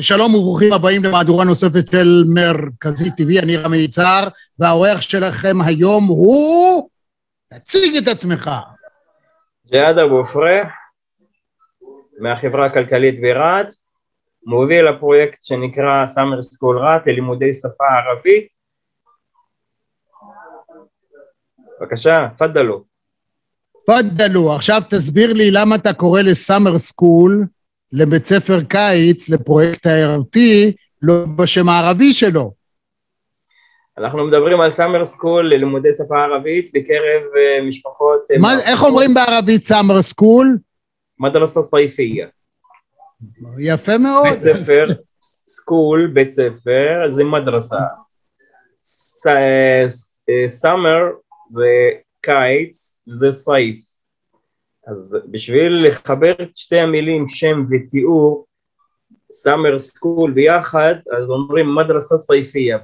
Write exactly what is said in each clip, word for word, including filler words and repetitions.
שלום וברוכים הבאים למהדורה נוספת של מרכזית טבעי, אני רמי יצהר, והאורח שלכם היום הוא... תציג את עצמך. ג'יהאד אבו פריח, מהחברה הכלכלית ברהט, מוביל הפרויקט שנקרא סאמר סקול רהט ללימודי שפה ערבית. בבקשה, תפדלו. תפדלו, עכשיו תסביר לי למה אתה קורא לסאמר סקול, לבית ספר קיץ, לפרויקט תיירותי, לא בשם הערבי שלו. אנחנו מדברים על סאמר סקול ללימודי שפה ערבית בקרב משפחות... מה, איך אומרים בערבית סאמר סקול? מדרסה סייפיה. יפה מאוד. בית ספר, סקול, בית ספר, זה מדרסה. סאמר זה קיץ, זה סייף. אז בשביל לחבר את שתי המילים שם ותיאור, סאמר סקול ביחד, אז אומרים מדרסה סייפיה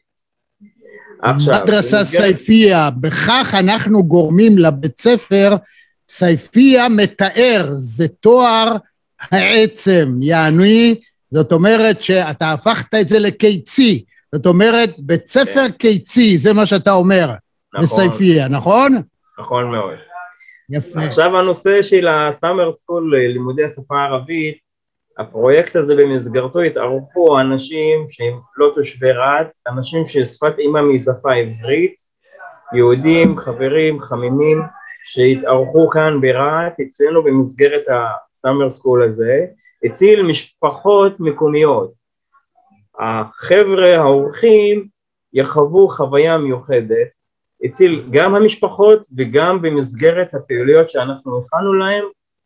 בערבית. מדרסה סייפיה, בכך אנחנו גורמים לבית ספר, סייפיה מתאר, זה תואר העצם, יעני, זאת אומרת שאתה הפכת את זה לקיצי, זאת אומרת בית ספר קיצי, זה מה שאתה אומר, בסייפיה, נכון? נכון מאוד. יפה. עכשיו הנושא של הסאמר סקול לימודי השפה הערבית, הפרויקט הזה במסגרתו התערכו אנשים שהם לא תושבי רהט, אנשים ששפת אימם היא שפה עברית, יהודים, חברים, חמימים, שהתערכו כאן ברהט, אצלנו במסגרת הסאמר סקול הזה, הציל משפחות מקומיות. החבר'ה, האורחים, יחוו חוויה מיוחדת, הציל גם המשפחות וגם במסגרת הפעילויות שאנחנו הכנו להם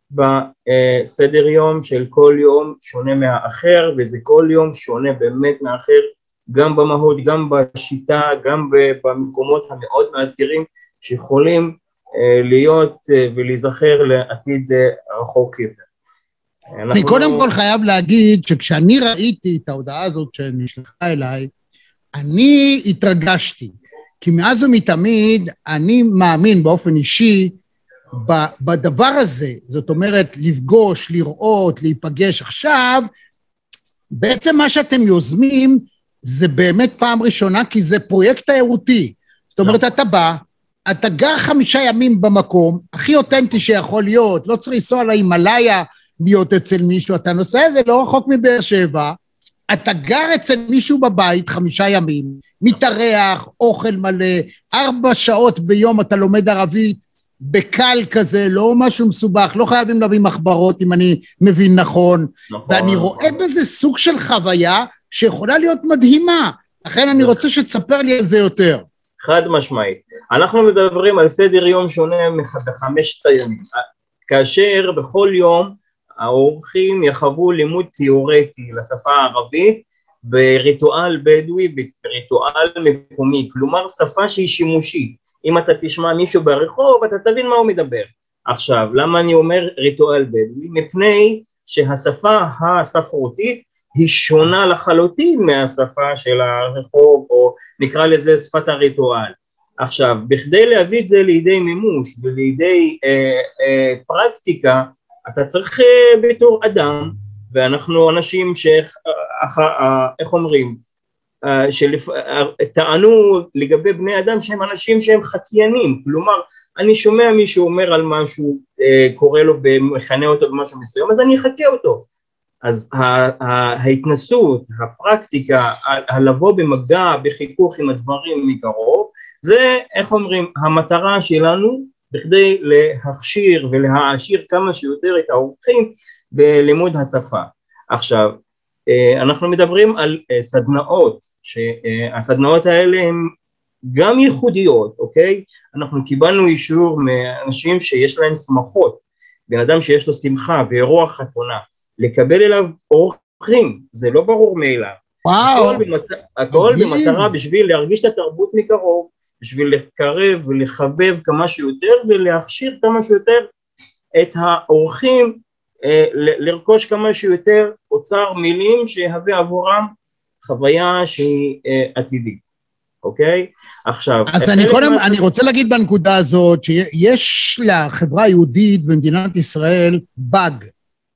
בסדר יום של כל יום שונה מהאחר, וזה כל יום שונה באמת מהאחר, גם במהות, גם בשיטה, גם במקומות המאוד מאתגרים שיכולים להיות ולהיזכר לעתיד רחוק יותר. אני אנחנו... קודם כל חייב להגיד שכשאני ראיתי את ההודעה הזאת שנשלחה אליי, אני התרגשתי. כי מאז ומתמיד אני מאמין באופן אישי בדבר הזה, זאת אומרת לפגוש, לראות, להיפגש. עכשיו, בעצם מה שאתם יוזמים זה באמת פעם ראשונה, כי זה פרויקט תיירותי. זאת אומרת, אתה בא, אתה גר חמישה ימים במקום, הכי אותנטי שיכול להיות, לא צריך לנסוע להימאליה להיות אצל מישהו, אתה נוסע את זה לא רחוק מבאר שבע, אתה גר אצל מישהו בבית חמישה ימים, מתארח, אוכל מלא, ארבע שעות ביום אתה לומד ערבית, בקל כזה, לא משהו מסובך, לא חייבים להביא מחברות אם אני מבין נכון, נכון ואני נכון. רואה בזה סוג של חוויה שיכולה להיות מדהימה, לכן אני רוצה שתספר לי על זה יותר. חד משמעית, אנחנו מדברים על סדר יום שונה בחמשת הימים, כאשר בכל יום, האורחים יחוו לימוד תיאורטי לשפה הערבית בריטואל בדואי, בריטואל מקומי, כלומר שפה שהיא שימושית. אם אתה תשמע מישהו ברחוב, אתה תבין מה הוא מדבר. עכשיו, למה אני אומר ריטואל בדואי? מפני שהשפה הספרותית היא שונה לחלוטין מהשפה של הרחוב, או נקרא לזה שפת הריטואל. עכשיו, בכדי להביא את זה לידי מימוש ולידי אה, אה, פרקטיקה, אתה צריך בתור אדם, ואנחנו אנשים שאיך, איך אומרים, שטענו לגבי בני אדם שהם אנשים שהם חקיינים, כלומר, אני שומע מישהו אומר על משהו, קורא לו, מכנה אותו במשהו מסוים, אז אני אחכה אותו. אז ההתנסות, הפרקטיקה, הלבוא במגע, בחיכוך עם הדברים מקרוב, זה, איך אומרים, המטרה שלנו, בכדי להכשיר ולהעשיר כמה שיותר את האורחים בלימוד השפה. עכשיו, אנחנו מדברים על סדנאות, שהסדנאות האלה הן גם ייחודיות, אוקיי? אנחנו קיבלנו אישור מאנשים שיש להם שמחות, בן אדם שיש לו שמחה ואירוע חתונה, לקבל אליו אורחים, זה לא ברור מאליו. וואו! הכל, במט... הכל במטרה בשביל להרגיש את התרבות מקרוב, בשביל לקרב ולחבב כמה שיותר ולהכשיר כמה שיותר את האורחים אה, ל- לרכוש כמה שיותר אוצר מילים שיהווה עבורם חוויה שהיא אה, עתידית, אוקיי? עכשיו... אז אני קודם, מה... אני רוצה להגיד בנקודה הזאת שיש לחברה היהודית במדינת ישראל באג.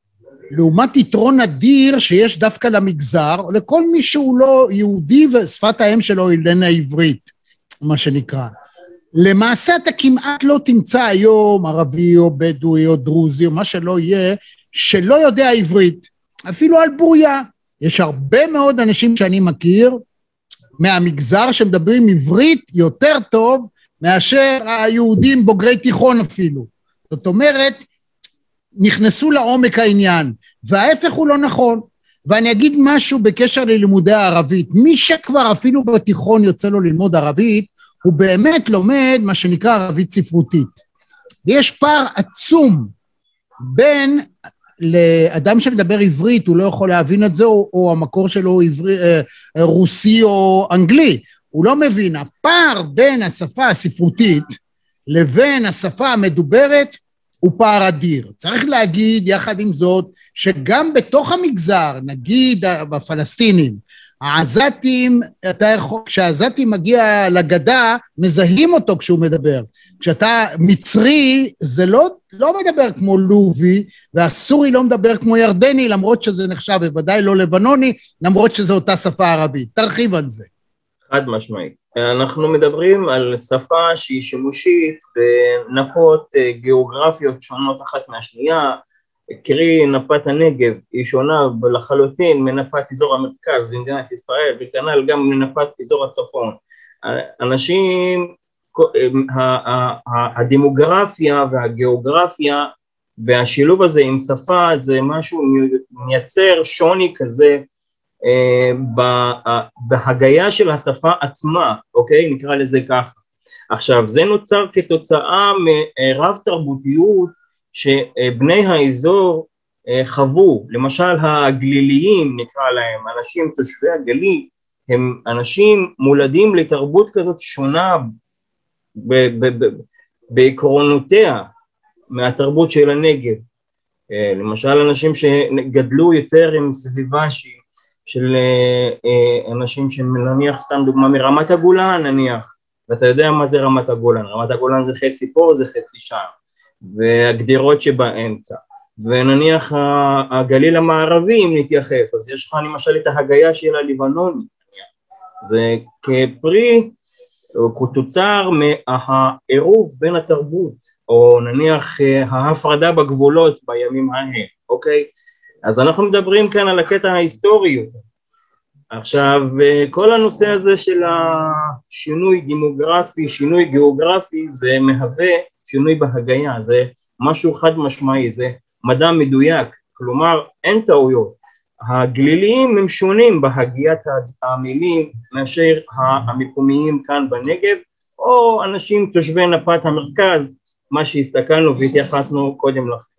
לעומת יתרון אדיר שיש דווקא למגזר, או לכל מי שהוא לא יהודי ושפת האם שלו איננה עברית, מה שנקרא. למעשה אתה כמעט לא תמצא היום ערבי או בדואי או דרוזי או מה שלא יהיה, שלא יודע עברית, אפילו על בוריה. יש הרבה מאוד אנשים שאני מכיר מהמגזר שמדברים עברית יותר טוב מאשר היהודים בוגרי תיכון אפילו. זאת אומרת, נכנסו לעומק העניין, וההפך הוא לא נכון. ואני אגיד משהו בקשר ללימודי הערבית. מי שכבר אפילו בתיכון יוצא לו ללמוד ערבית, הוא באמת לומד מה שנקרא ערבית ספרותית. יש פער עצום בין לאדם שמדבר עברית, הוא לא יכול להבין את זה, או, או המקור שלו עברי, אה, רוסי או אנגלי. הוא לא מבין. הפער בין השפה הספרותית לבין השפה המדוברת, הוא פער אדיר. צריך להגיד יחד עם זאת, שגם בתוך המגזר, נגיד בפלסטינים, העזתים, אתה יכול, כשהעזתי מגיע לגדה, מזהים אותו כשהוא מדבר. כשאתה מצרי, זה לא, לא מדבר כמו לובי, והסורי לא מדבר כמו ירדני, למרות שזה נחשב, בוודאי לא לבנוני, למרות שזה אותה שפה ערבית. תרחיב על זה. חד משמעית. אנחנו מדברים על שפה שהיא שימושית בנפות גיאוגרפיות שונות אחת מהשנייה, קרי נפת הנגב היא שונה לחלוטין מנפת אזור המרכז במדינת ישראל, וכנ"ל גם מנפת אזור הצפון. אנשים, הדמוגרפיה והגיאוגרפיה והשילוב הזה עם שפה זה משהו מייצר שוני כזה בהגייה של השפה עצמה, אוקיי? נקרא לזה ככה. עכשיו, זה נוצר כתוצאה מרב תרבותיות שבני האזור חוו, למשל הגליליים נקרא להם, אנשים תושבי הגליל, הם אנשים מולדים לתרבות כזאת שונה בעקרונותיה מהתרבות של הנגב. למשל אנשים שגדלו יותר עם סביבה שהיא של אנשים שנניח סתם דוגמה מרמת הגולן נניח, ואתה יודע מה זה רמת הגולן, רמת הגולן זה חצי פה זה חצי שם, והגדירות שבאמצע, ונניח הגליל המערבי אם נתייחס, אז יש לך למשל את ההגייה של הלבנון, זה כפרי או כתוצר מהעירוב בין התרבות, או נניח ההפרדה בגבולות בימים ההם, אוקיי? אז אנחנו מדברים כאן על הקטע ההיסטורי יותר. עכשיו, כל הנושא הזה של השינוי דמוגרפי, שינוי גיאוגרפי, זה מהווה שינוי בהגייה, זה משהו חד משמעי, זה מדע מדויק, כלומר אין טעויות. הגליליים הם שונים בהגיית המילים מאשר המקומיים כאן בנגב, או אנשים תושבי נפת המרכז, מה שהסתכלנו והתייחסנו קודם לכן.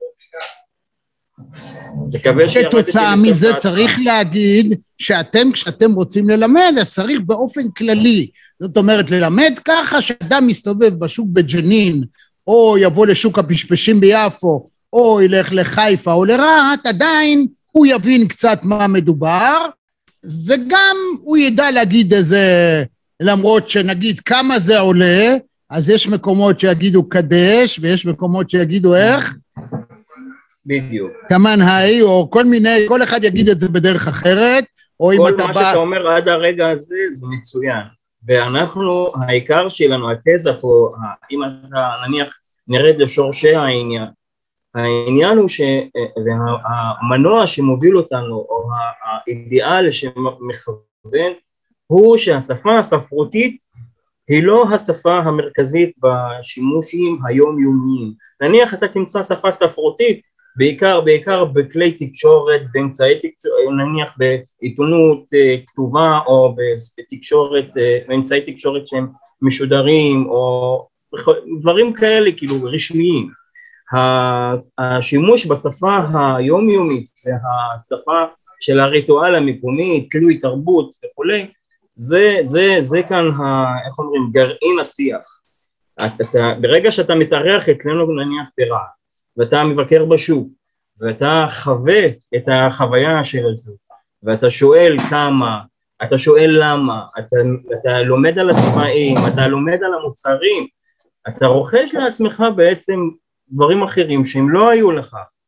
כתוצאה מזה צריך להגיד שאתם כשאתם רוצים ללמד אז צריך באופן כללי, זאת אומרת ללמד ככה שאדם מסתובב בשוק בג'נין או יבוא לשוק הפשפשים ביפו או ילך לחיפה או לרהט, עדיין הוא יבין קצת מה מדובר וגם הוא ידע להגיד איזה, למרות שנגיד כמה זה עולה, אז יש מקומות שיגידו קדש ויש מקומות שיגידו איך בדיוק. כמן היי, או כל מיני, כל אחד יגיד את זה בדרך אחרת, או אם אתה בא... כל מה שאתה אומר עד הרגע הזה, זה מצוין. ואנחנו, העיקר שלנו, התזה פה, אם אתה נניח נרד לשורשי העניין, העניין הוא שהמנוע שמוביל אותנו, או האידיאל שמכוון, הוא שהשפה הספרותית היא לא השפה המרכזית בשימושים היומיומיים. נניח אתה תמצא שפה ספרותית, בעיקר, בעיקר בכלי תקשורת, באמצעי תקשורת, נניח בעיתונות כתובה, או בתקשורת, באמצעי תקשורת שהם משודרים, או דברים כאלה, כאילו, רשמיים. השימוש בשפה היומיומית, והשפה של הריטואל המקומי, תלוי תרבות וכו', זה, זה, זה כאן, איך אומרים, גרעין השיח. אתה, ברגע שאתה מתארח אצלנו נניח ברהט, ואתה מבקר בשוק, ואתה חווה את החוויה של השוק, ואתה שואל כמה, אתה שואל למה, אתה, אתה לומד על הצבעים, אתה לומד על המוצרים, אתה רוכש לעצמך בעצם דברים אחרים שהם לא היו לך,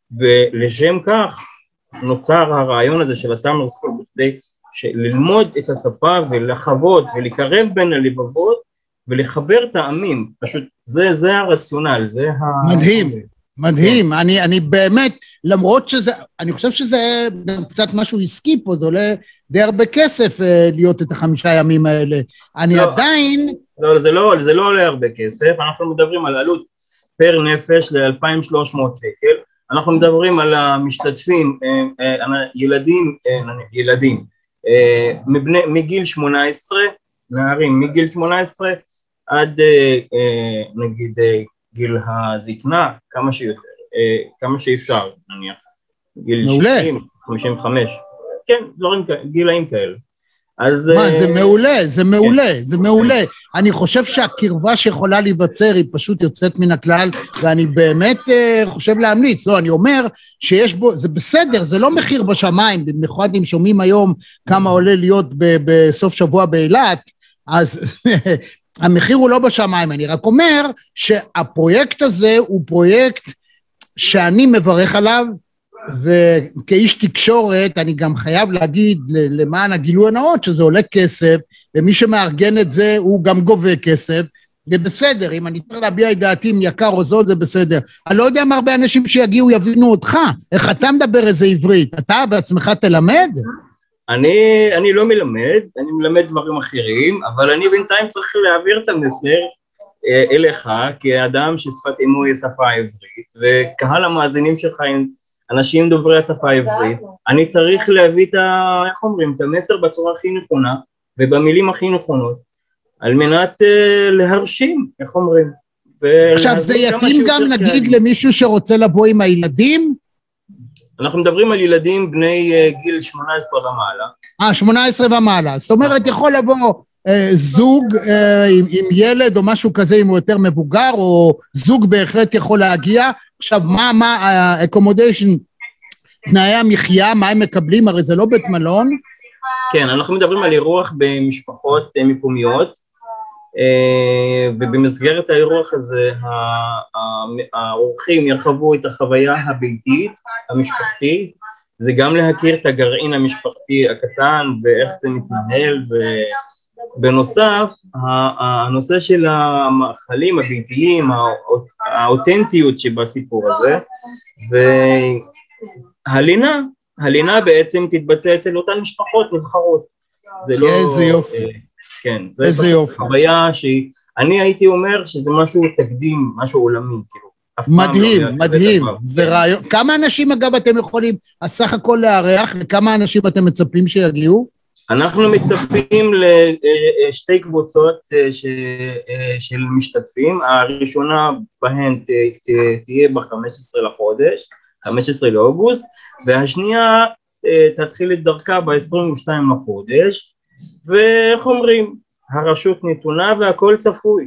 ולשם כך נוצר הרעיון הזה של הסאמר סקול, כדי ללמוד את השפה ולחוות ולקרב בין הלבבות ולחבר טעמים, פשוט זה, זה הרציונל, זה ה... מדהים, מדהים, אני, אני באמת, למרות שזה, אני חושב שזה קצת משהו עסקי פה, זה עולה די הרבה כסף להיות את החמישה ימים האלה, אני לא, עדיין... לא, זה לא, זה לא עולה הרבה כסף, אנחנו מדברים על עלות פר נפש ל-אלפיים ושלוש מאות שקל, אנחנו מדברים על המשתתפים, ילדים, ילדים, מבני, מגיל שמונה עשרה, נערים מגיל שמונה עשרה, עד נגיד גיל הזקנה, כמה שיותר, כמה שאפשר, נניח, גיל שישים, חמישים וחמש, כן, דברים כאלה, גילאים כאלה. אז... מה, זה מעולה, זה מעולה, זה מעולה. אני חושב שהקרבה שיכולה להיווצר היא פשוט יוצאת מן הכלל, ואני באמת חושב להמליץ. לא, אני אומר שיש בו, זה בסדר, זה לא מחיר בשמיים, במיוחד אם שומעים היום כמה עולה להיות בסוף שבוע באילת, אז המחיר הוא לא בשמיים. אני רק אומר שהפרויקט הזה הוא פרויקט שאני מברך עליו, וכאיש תקשורת אני גם חייב להגיד למען הגילוי הנאות שזה עולה כסף, ומי שמארגן את זה הוא גם גובה כסף, זה בסדר, אם אני צריך להביע את דעתי אם יקר או זול זה בסדר. אני לא יודע מה הרבה אנשים שיגיעו יבינו אותך, איך אתה מדבר איזה עברית, אתה בעצמך תלמד? אני, אני לא מלמד, אני מלמד דברים אחרים, אבל אני בינתיים צריך להעביר את המסר אליך כאדם ששפת אמו היא שפה עברית, וקהל המאזינים שלך הם אנשים דוברי השפה העברית, אני צריך להביא את ה... איך אומרים? את המסר בצורה הכי נכונה, ובמילים הכי נכונות, על מנת uh, להרשים, איך אומרים? עכשיו זה יתאים גם נגיד כאלה. למישהו שרוצה לבוא עם הילדים? אנחנו מדברים על ילדים בני uh, גיל שמונה עשרה ומעלה. אה, שמונה עשרה ומעלה, זאת אומרת יכול לבוא אה, זוג אה, עם, עם ילד או משהו כזה אם הוא יותר מבוגר, או זוג בהחלט יכול להגיע. עכשיו מה, מה, ה-accommodation, תנאי המחיה, מה הם מקבלים? הרי זה לא בית מלון. כן, אנחנו מדברים על אירוח במשפחות אה, מקומיות, אה, ובמסגרת האירוח הזה האורחים ירחבו את החוויה הביתית, המשפחתית, זה גם להכיר את הגרעין המשפחתי הקטן ואיך זה מתנהל, ובנוסף הנושא של המאכלים הביתיים, האותנטיות שבסיפור הזה, והלינה, הלינה בעצם תתבצע אצל אותן משפחות נבחרות. זה לא... איזה יופי. כן, איזה יופי. חוויה שאני הייתי אומר שזה משהו תקדים, משהו עולמי, כאילו. מדהים, מדהים, זה רעיון. כמה אנשים אגב אתם יכולים הסך הכל לארח, לכמה אנשים אתם מצפים שיגיעו? אנחנו מצפים לשתי קבוצות של משתתפים, הראשונה בהן תהיה ב-חמישה עשר לחודש, חמישה עשר לאוגוסט, והשנייה תתחיל את דרכה ב-עשרים ושניים לחודש, ואיך אומרים, הרשות נתונה והכל צפוי.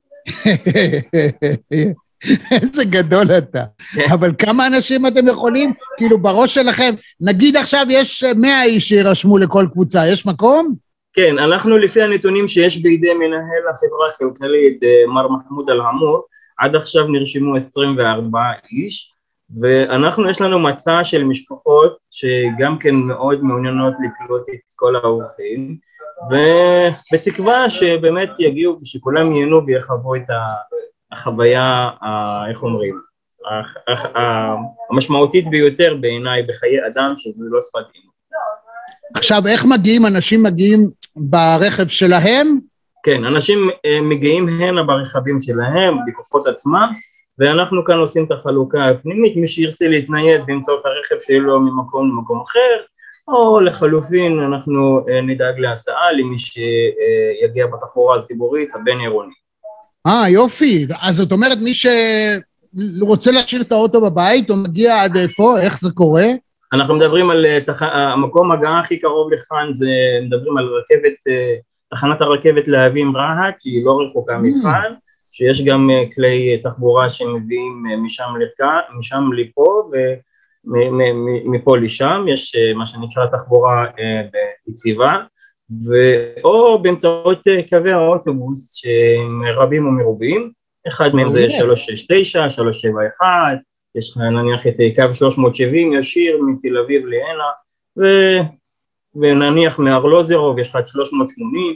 איזה גדול אתה, אבל כמה אנשים אתם יכולים, כאילו בראש שלכם, נגיד עכשיו יש מאה איש שירשמו לכל קבוצה, יש מקום? כן, אנחנו לפי הנתונים שיש בידי מנהל החברה הכלכלית, מר מחמוד אל-עמור, עד עכשיו נרשמו עשרים וארבעה איש, ואנחנו יש לנו מצע של משפחות שגם כן מאוד מעוניינות לקלוט את כל האורחים, ובתקווה שבאמת יגיעו ושכולם ייהנו ויחוו את ה... החוויה, איך אומרים, המשמעותית ביותר בעיניי בחיי אדם, שזה לא שפת אימו. עכשיו, איך מגיעים? אנשים מגיעים ברכב שלהם? כן, אנשים מגיעים הנה ברכבים שלהם, בכוחות עצמם, ואנחנו כאן עושים את החלוקה הפנימית, מי שירצה להתנייד באמצעות הרכב שלו ממקום למקום אחר, או לחלופין אנחנו נדאג להסעה למי שיגיע בתחבורה הציבורית הבין עירונית. אה, יופי. אז זאת אומרת, מי שרוצה להשאיר את האוטו בבית, או מגיע עד איפה, איך זה קורה? אנחנו מדברים על תח... המקום הגעה הכי קרוב לכאן, זה מדברים על רכבת, תחנת הרכבת להבים רהט, שהיא לא רחוקה מכאן, שיש גם כלי תחבורה שמביאים משם לכאן, משם לפה, ומפה לשם, יש מה שנקרא תחבורה ביציבה, או באמצעות קווי האוטובוס שהם רבים ומרובים, אחד מהם זה שלוש שש תשע, שלוש שבע אחת, יש לך נניח את קו שלוש מאות שבעים ישיר מתל אביב להנה, ו... ונניח מארלוזרוב יש לך את שלוש מאות שמונים.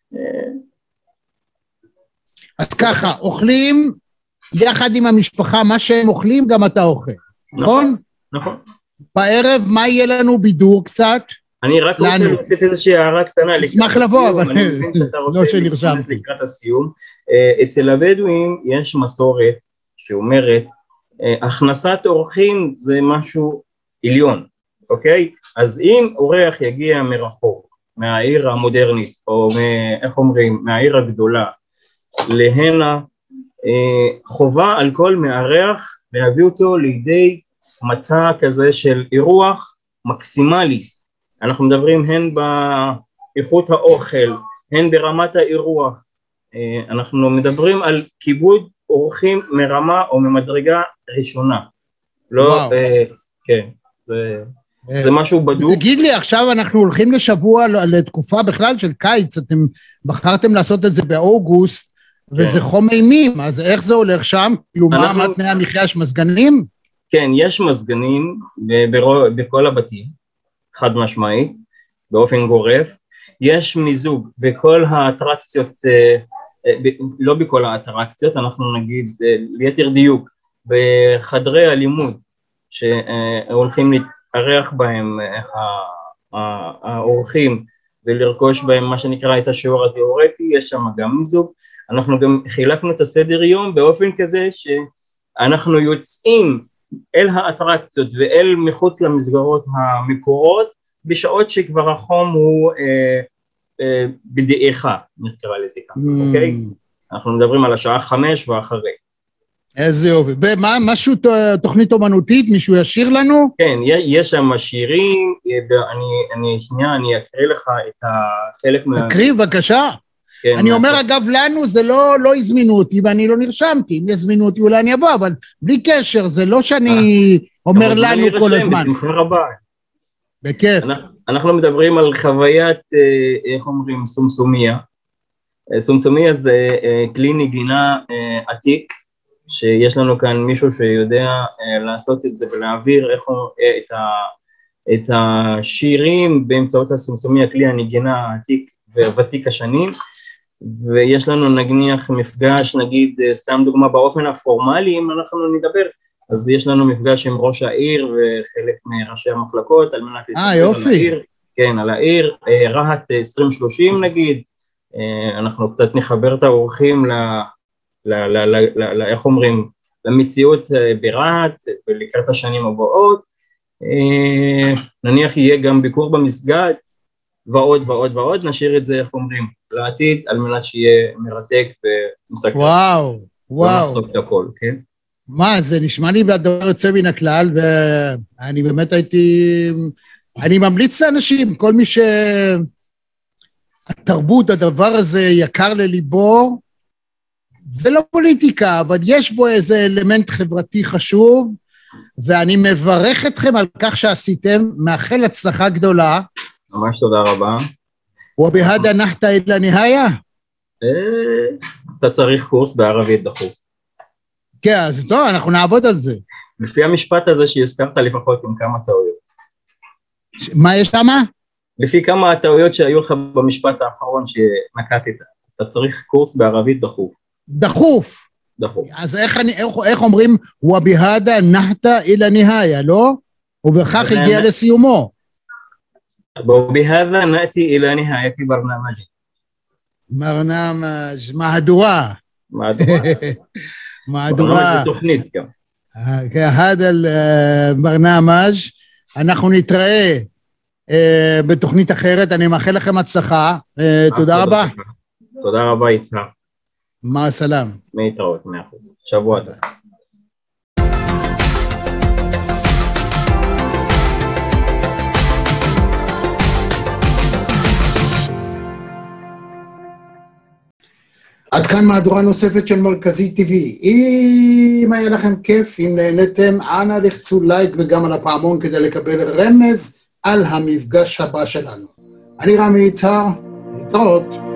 אז ככה, אוכלים יחד עם המשפחה, מה שהם אוכלים גם אתה אוכל, נכון? נכון. בערב מה יהיה לנו בידור קצת? אני רק רוצה להוסיף איזושהי הערה קטנה. נשמח לבוא, אבל לא שנרשמתי. לקראת הסיום. אצל הבדואים יש מסורת שאומרת, הכנסת אורחים זה משהו עליון, אוקיי? אז אם אורח יגיע מרחוק, מהעיר המודרנית, או איך אומרים, מהעיר הגדולה, להנה, חובה על כל מארח להביא אותו לידי מצע כזה של אירוח מקסימלי. אנחנו מדברים הן באיכות האוכל, הן ברמת האירוח. אנחנו מדברים על כיבוד אורחים מרמה או ממדרגה ראשונה. לא, כן, זה, זה משהו בדוק. תגיד לי, עכשיו אנחנו הולכים לשבוע, לתקופה בכלל של קיץ, אתם בחרתם לעשות את זה באוגוסט, וזה חום אימים, אז איך זה הולך שם? כאילו מה, מה תנאי המחיה, יש מזגנים? כן, יש מזגנים בכל הבתים, חד משמעית, באופן גורף. יש מיזוג בכל האטרקציות, לא בכל האטרקציות, אנחנו נגיד ליתר דיוק, בחדרי הלימוד שהולכים להתארח בהם האורחים ולרכוש בהם מה שנקרא את השיעור התיאורטי, יש שם גם מיזוג. אנחנו גם חילקנו את הסדר יום באופן כזה שאנחנו יוצאים אל האטרקציות ואל מחוץ למסגרות המקורות בשעות שכבר החום הוא אה, אה, בדעיכה, נקרא לזה ככה, mm. אוקיי? אנחנו מדברים על השעה חמש ואחרי. איזה יופי. ומה, משהו תוכנית אומנותית, מישהו ישיר לנו? כן, יש שם שירים, אני, אני, שנייה, אני אקריא לך את החלק מה... תקריא, בבקשה. כן, אני אומר, אגב, לנו זה לא, לא הזמינו אותי, ואני לא נרשמתי, אם יזמינו אותי אולי אני אבוא, אבל בלי קשר, זה לא שאני אומר לנו כל הזמן. בשמחה רבה. בכיף. אנחנו מדברים על חוויית, איך אומרים, סומסומיה. סומסומיה זה כלי נגינה עתיק, שיש לנו כאן מישהו שיודע לעשות את זה ולהעביר איך את, ה, את השירים באמצעות הסומסומיה, כלי הנגינה העתיק וותיק השנים, ויש לנו נניח מפגש, נגיד סתם דוגמה באופן הפורמלי, אם אנחנו נדבר, אז יש לנו מפגש עם ראש העיר וחלק מראשי המחלקות, על מנת לספר על העיר, כן, על העיר, רהט עשרים שלושים נגיד, אנחנו קצת נחבר את האורחים ל... איך אומרים, למציאות ברהט ולקראת השנים הבאות, נניח יהיה גם ביקור במסגד ועוד ועוד ועוד, נשאיר את זה, איך אומרים, לעתיד, על מנת שיהיה מרתק ומסקרן. וואו, וואו. ונחשוף את הכל, כן? מה, זה נשמע לי בדבר יוצא מן הכלל, ואני באמת הייתי, אני ממליץ לאנשים, כל מי שהתרבות, הדבר הזה יקר לליבו, זה לא פוליטיקה, אבל יש בו איזה אלמנט חברתי חשוב, ואני מברך אתכם על כך שעשיתם, מאחל הצלחה גדולה. ממש תודה רבה. ובהדה נחת אל הנהיה? אתה צריך קורס בערבית דחוף. כן, אז טוב, אנחנו נעבוד על זה. לפי המשפט הזה שהזכרת לפחות עם כמה טעויות. מה יש שם? לפי כמה הטעויות שהיו לך במשפט האחרון שנקטת, אתה צריך קורס בערבית דחוף. דחוף. דחוף. אז איך, אני, איך, איך אומרים, ובהדה נחת אל הנהיה, לא? ובכך הגיע לסיומו. ובהדה נאתי אל הנהיית ברנאמג'. ברנאמג', מהדורה. מהדורה. מהדורה. זה תוכנית גם. هذا البرنامج, אנחנו נתראה בתוכנית אחרת, אני מאחל לכם הצלחה, תודה רבה. תודה רבה יצחק. מה הסלאם. להתראות, מאה אחוז. שבוע טוב. עד כאן מהדורה נוספת של מרכזי טבעי. אם היה לכם כיף, אם נהנתם, אנא לחצו לייק וגם על הפעמון כדי לקבל רמז על המפגש הבא שלנו. אני רמי יצהר, להתראות.